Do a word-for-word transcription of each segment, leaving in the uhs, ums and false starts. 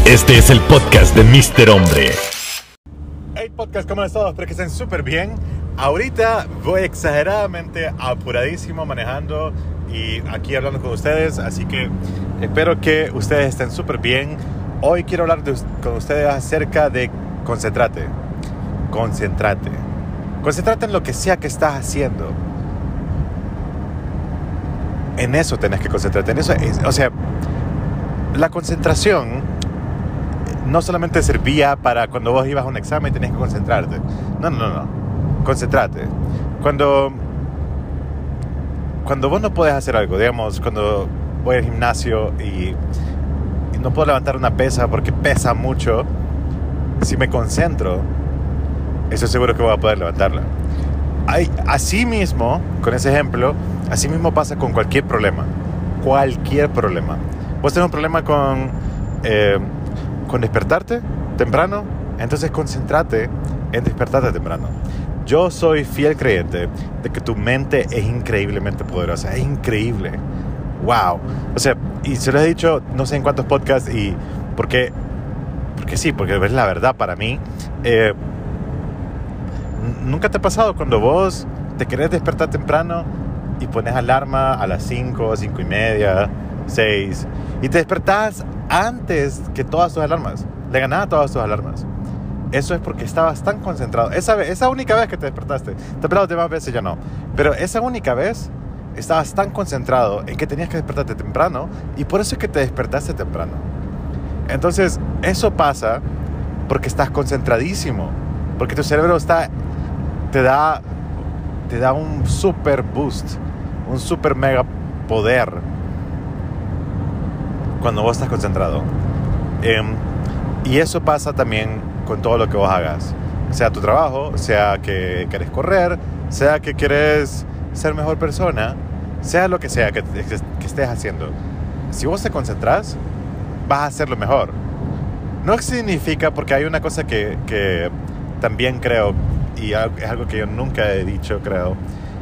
Este es el podcast de míster Hombre. Hey podcast, ¿cómo están todos? Espero que estén súper bien. Ahorita voy exageradamente apuradísimo manejando y aquí hablando con ustedes, así que espero que ustedes estén súper bien. Hoy quiero hablar de, con ustedes acerca de concentrate. Concentrate. Concentrate en lo que sea que estás haciendo. En eso tenés que concentrarte. En eso, es, o sea, la concentración no solamente servía para cuando vos ibas a un examen y tenías que concentrarte. No, no, no, no. Concentrate. Cuando, cuando vos no podés hacer algo, digamos, cuando voy al gimnasio y, y no puedo levantar una pesa porque pesa mucho, si me concentro, estoy seguro que voy a poder levantarla. Hay, así mismo, con ese ejemplo, así mismo pasa con cualquier problema. Cualquier problema. Vos tenés un problema con... Eh, con despertarte temprano, entonces concéntrate en despertarte temprano. Yo soy fiel creyente de que tu mente es increíblemente poderosa, es increíble. Wow. O sea, y se lo he dicho no sé en cuántos podcasts y porque, porque sí, porque es la verdad para mí. Eh, ¿Nunca te ha pasado cuando vos te querés despertar temprano y pones alarma a las cinco, cinco y media, seis y te despertás antes que todas tus alarmas? Le ganás a todas tus alarmas. Eso es porque estabas tan concentrado. Esa, vez, esa única vez que te despertaste. Te despertaste más veces, ya no. Pero esa única vez estabas tan concentrado en que tenías que despertarte temprano y por eso es que te despertaste temprano. Entonces, eso pasa porque estás concentradísimo. Porque tu cerebro está, te da, te da un super boost, un super mega poder cuando vos estás concentrado. Eh, y eso pasa también con todo lo que vos hagas. Sea tu trabajo, sea que querés correr, sea que querés ser mejor persona, sea lo que sea que, que, que estés haciendo. Si vos te concentrás, vas a hacerlo mejor. No significa, porque hay una cosa que, que también creo, y es algo que yo nunca he dicho, creo.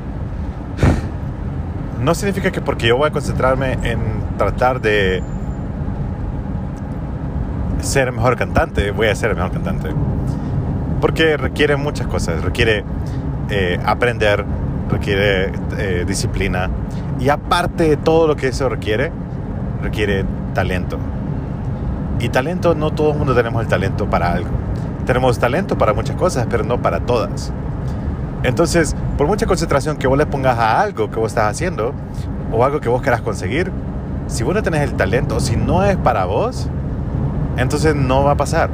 No significa que porque yo voy a concentrarme en tratar de ser el mejor cantante, voy a ser el mejor cantante. Porque requiere muchas cosas. Requiere eh, aprender, requiere eh, disciplina. Y aparte de todo lo que eso requiere, requiere talento. Y talento, no todo el mundo tenemos el talento para algo. Tenemos talento para muchas cosas, pero no para todas. Entonces, por mucha concentración que vos le pongas a algo que vos estás haciendo, o algo que vos querás conseguir, si vos no tenés el talento, si no es para vos, entonces no va a pasar.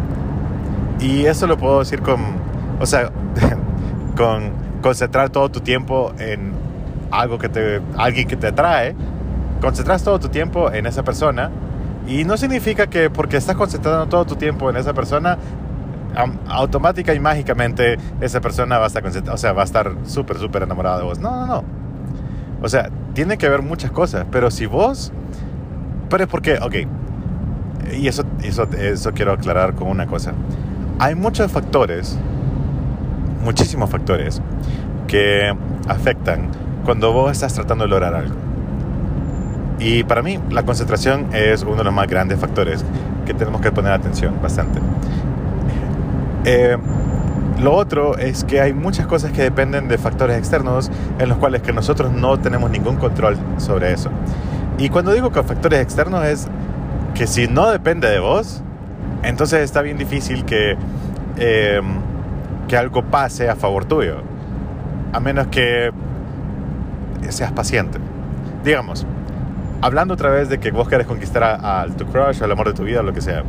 Y eso lo puedo decir con, o sea, con concentrar todo tu tiempo en algo que te, alguien que te atrae. Concentras todo tu tiempo en esa persona y no significa que porque estás concentrando todo tu tiempo en esa persona, automática y mágicamente esa persona va a estar concentrada, o sea, va a estar súper, súper enamorada de vos. No, no, no. O sea, tiene que ver muchas cosas, pero si vos, pero es porque, ok. Y eso, eso, eso quiero aclarar con una cosa. Hay muchos factores, muchísimos factores, que afectan cuando vos estás tratando de lograr algo. Y para mí, la concentración es uno de los más grandes factores que tenemos que poner atención bastante. Eh, lo otro es que hay muchas cosas que dependen de factores externos en los cuales que nosotros no tenemos ningún control sobre eso. Y cuando digo que factores externos es que si no depende de vos, entonces está bien difícil que, eh, que algo pase a favor tuyo, a menos que seas paciente. Digamos, hablando otra vez de que vos querés conquistar a, a tu crush, al amor de tu vida, o lo que sea,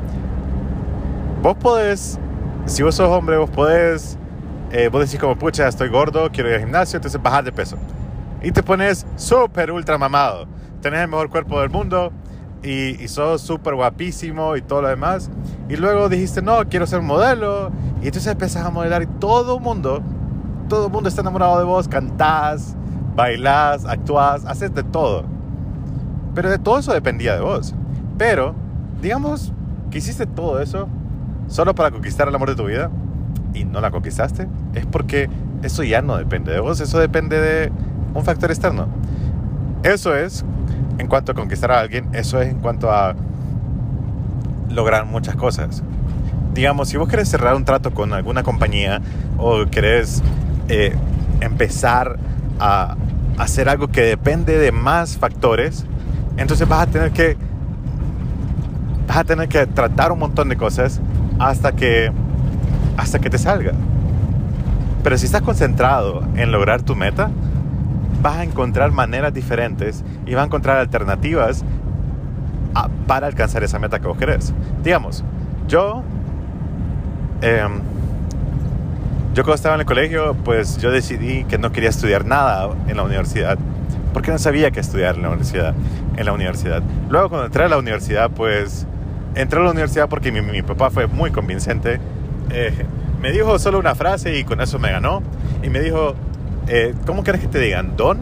vos podés, si vos sos hombre, vos podés, eh, vos decís como, pucha, estoy gordo, quiero ir al gimnasio, entonces bajás de peso y te pones súper ultra mamado, tenés el mejor cuerpo del mundo y, y sos súper guapísimo y todo lo demás, y luego dijiste, no, quiero ser modelo, y entonces empezás a modelar y todo el mundo todo el mundo está enamorado de vos, cantás, bailás, actuás, haces de todo, pero de todo eso dependía de vos. Pero digamos que hiciste todo eso solo para conquistar el amor de tu vida y no la conquistaste, es porque eso ya no depende de vos, eso depende de un factor externo. Eso es en cuanto a conquistar a alguien, eso es en cuanto a lograr muchas cosas. Digamos, si vos querés cerrar un trato con alguna compañía o querés eh, empezar a hacer algo que depende de más factores, entonces vas a tener que vas a tener que tratar un montón de cosas hasta que hasta que te salga. Pero si estás concentrado en lograr tu meta, vas a encontrar maneras diferentes y vas a encontrar alternativas a, para alcanzar esa meta que vos querés. Digamos, yo eh, yo cuando estaba en el colegio, pues yo decidí que no quería estudiar nada en la universidad porque no sabía qué estudiar en la universidad, en la universidad. Luego cuando entré a la universidad, pues entré a la universidad porque mi, mi papá fue muy convincente. Eh, me dijo solo una frase y con eso me ganó. Y me dijo, eh, ¿cómo quieres que te digan? ¿Don?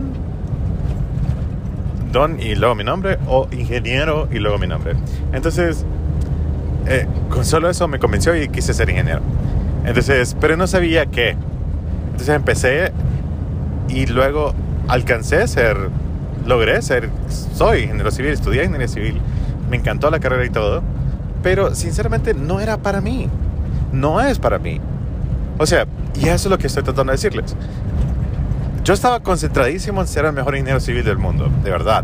Don y luego mi nombre, o ingeniero y luego mi nombre. Entonces, eh, con solo eso me convenció y quise ser ingeniero. Entonces, pero no sabía qué. Entonces empecé y luego alcancé a ser, logré ser, soy ingeniero civil, estudié ingeniería civil, me encantó la carrera y todo, pero sinceramente no era para mí, no es para mí. O sea, y eso es lo que estoy tratando de decirles. Yo estaba concentradísimo en ser el mejor ingeniero civil del mundo, de verdad.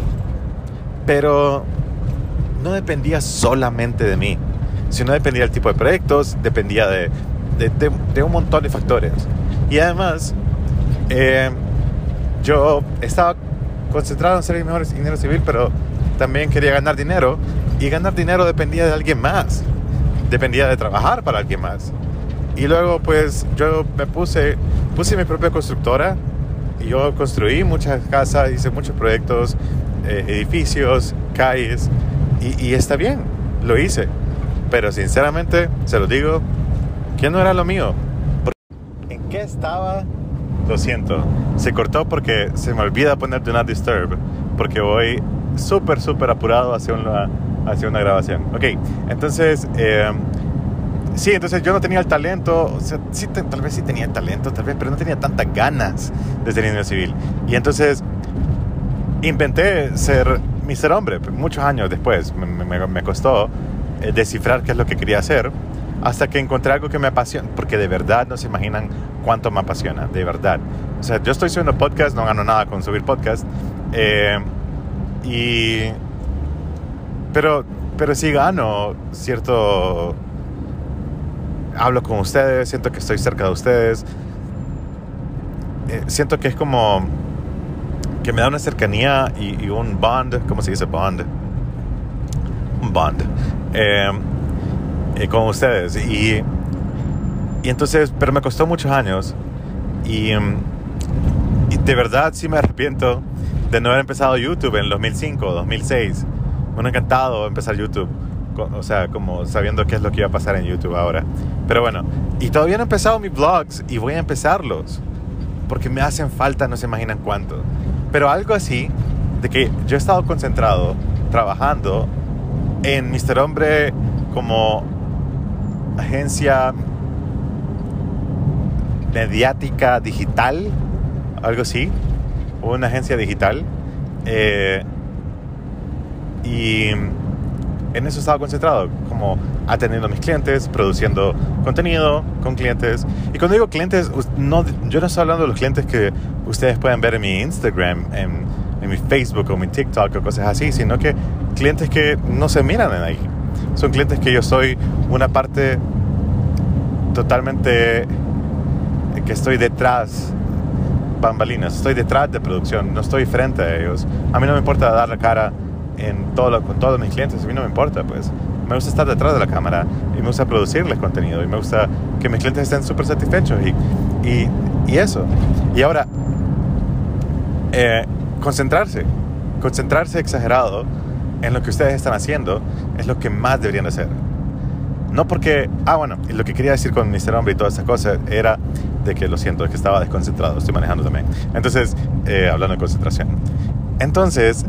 Pero no dependía solamente de mí, sino dependía del tipo de proyectos, dependía de, de, de, de un montón de factores. Y además, eh, yo estaba concentrado en ser el mejor ingeniero civil, pero también quería ganar dinero. Y ganar dinero dependía de alguien más, dependía de trabajar para alguien más. Y luego pues yo me puse, puse mi propia constructora y yo construí muchas casas, hice muchos proyectos, eh, edificios, calles, y, y está bien, lo hice. Pero sinceramente, se lo digo, que no era lo mío. ¿En qué estaba? Lo siento, se cortó porque se me olvida poner Do Not Disturb, porque voy súper, súper apurado hacia una, hacia una grabación. Ok, entonces... Eh, Sí, entonces yo no tenía el talento, o sea, sí, te, tal vez sí tenía el talento, tal vez, pero no tenía tantas ganas de ser ingeniero civil. Y entonces inventé ser mister Hombre, muchos años después. Me, me, me costó eh, descifrar qué es lo que quería hacer, hasta que encontré algo que me apasiona, porque de verdad no se imaginan cuánto me apasiona, de verdad. O sea, yo estoy subiendo podcast, no gano nada con subir podcast, eh, y... Pero, pero sí gano cierto... Hablo con ustedes, siento que estoy cerca de ustedes, eh, siento que es como que me da una cercanía y, y un bond, ¿cómo se dice bond? Un bond eh, eh, con ustedes y, y entonces, pero me costó muchos años y, y de verdad sí me arrepiento de no haber empezado YouTube en dos mil cinco, dos mil seis. Me ha encantado empezar YouTube. O sea, como sabiendo qué es lo que iba a pasar en YouTube ahora. Pero bueno, y todavía no he empezado mis vlogs y voy a empezarlos porque me hacen falta, no se imaginan cuánto. Pero algo así, de que yo he estado concentrado trabajando en mister Hombre como agencia mediática digital, algo así, o una agencia digital, eh, y en eso estaba concentrado, como atendiendo a mis clientes, produciendo contenido con clientes. Y cuando digo clientes, no, yo no estoy hablando de los clientes que ustedes pueden ver en mi Instagram, en, en mi Facebook o mi TikTok o cosas así, sino que clientes que no se miran en ahí. Son clientes que yo soy una parte totalmente, que estoy detrás, bambalinas, estoy detrás de producción, no estoy frente a ellos. A mí no me importa dar la cara en todo lo, con todos mis clientes, a mí no me importa, pues me gusta estar detrás de la cámara y me gusta producirles contenido y me gusta que mis clientes estén súper satisfechos y, y, y eso. Y ahora eh, concentrarse concentrarse exagerado en lo que ustedes están haciendo es lo que más deberían hacer. No porque, ah bueno, y lo que quería decir con mister Hombre y todas estas cosas era de que, lo siento, es que estaba desconcentrado, estoy manejando también. Entonces, eh, hablando de concentración, entonces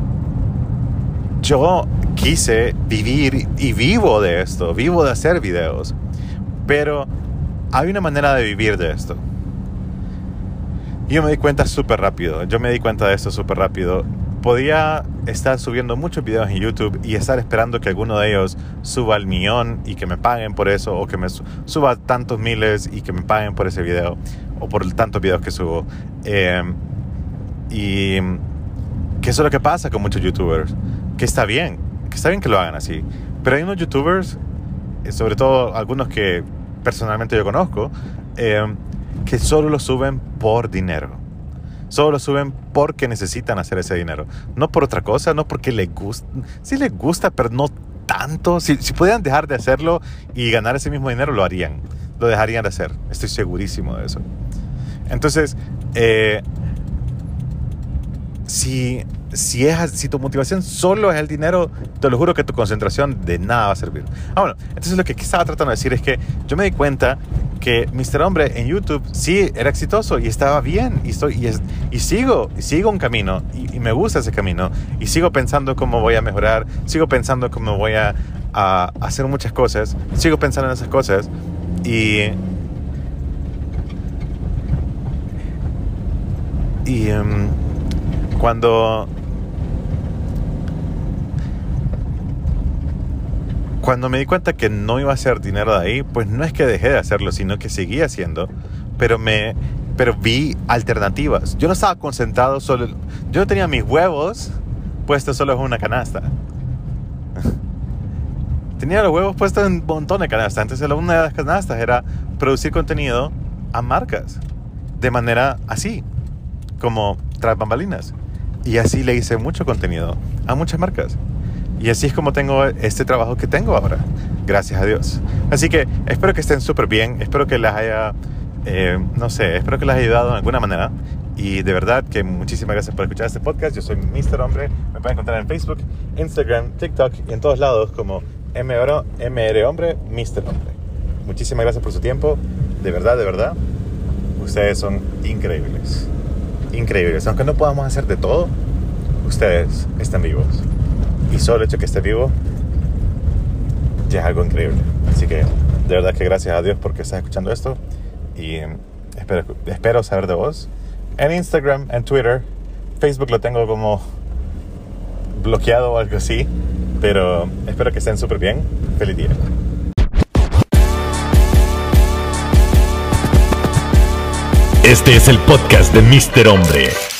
yo quise vivir y vivo de esto, vivo de hacer videos, pero hay una manera de vivir de esto. Y yo me di cuenta súper rápido, yo me di cuenta de esto súper rápido podía estar subiendo muchos videos en YouTube y estar esperando que alguno de ellos suba al millón y que me paguen por eso, o que me suba tantos miles y que me paguen por ese video, o por tantos videos que subo. Eh, y que eso es lo que pasa con muchos YouTubers, que está bien, que está bien que lo hagan así. Pero hay unos YouTubers, sobre todo algunos que personalmente yo conozco, eh, que solo lo suben por dinero. Solo lo suben porque necesitan hacer ese dinero. No por otra cosa, no porque les gusta. Sí les gusta, pero no tanto. Si, si pudieran dejar de hacerlo y ganar ese mismo dinero, lo harían. Lo dejarían de hacer. Estoy segurísimo de eso. Entonces, eh, si, si, es, si tu motivación solo es el dinero, te lo juro que tu concentración de nada va a servir. Ah, bueno, entonces lo que estaba tratando de decir es que yo me di cuenta que míster Hombre en YouTube sí era exitoso y estaba bien y, estoy, y, es, y sigo y sigo un camino y, y me gusta ese camino y sigo pensando cómo voy a mejorar, sigo pensando cómo voy a, a hacer muchas cosas, sigo pensando en esas cosas y y um, cuando Cuando me di cuenta que no iba a hacer dinero de ahí, pues no es que dejé de hacerlo, sino que seguí haciendo, pero me, pero vi alternativas. Yo no estaba concentrado solo, yo no tenía mis huevos puestos solo en una canasta. Tenía los huevos puestos en un montón de canastas. Entonces una de las canastas era producir contenido a marcas, de manera así, como tras bambalinas. Y así le hice mucho contenido a muchas marcas. Y así es como tengo este trabajo que tengo ahora, gracias a Dios. Así que espero que estén súper bien, espero que les haya, eh, no sé, espero que les haya ayudado de alguna manera. Y de verdad que muchísimas gracias por escuchar este podcast. Yo soy míster Hombre, me pueden encontrar en Facebook, Instagram, TikTok y en todos lados como M R Hombre, míster Hombre. Muchísimas gracias por su tiempo, de verdad, de verdad. Ustedes son increíbles, increíbles. Aunque no podamos hacer de todo, ustedes están vivos. Y solo el hecho de que esté vivo ya es algo increíble. Así que de verdad que gracias a Dios porque estás escuchando esto. Y espero, espero saber de vos. En Instagram, en Twitter, Facebook lo tengo como bloqueado o algo así. Pero espero que estén súper bien. Feliz día. Este es el podcast de míster Hombre.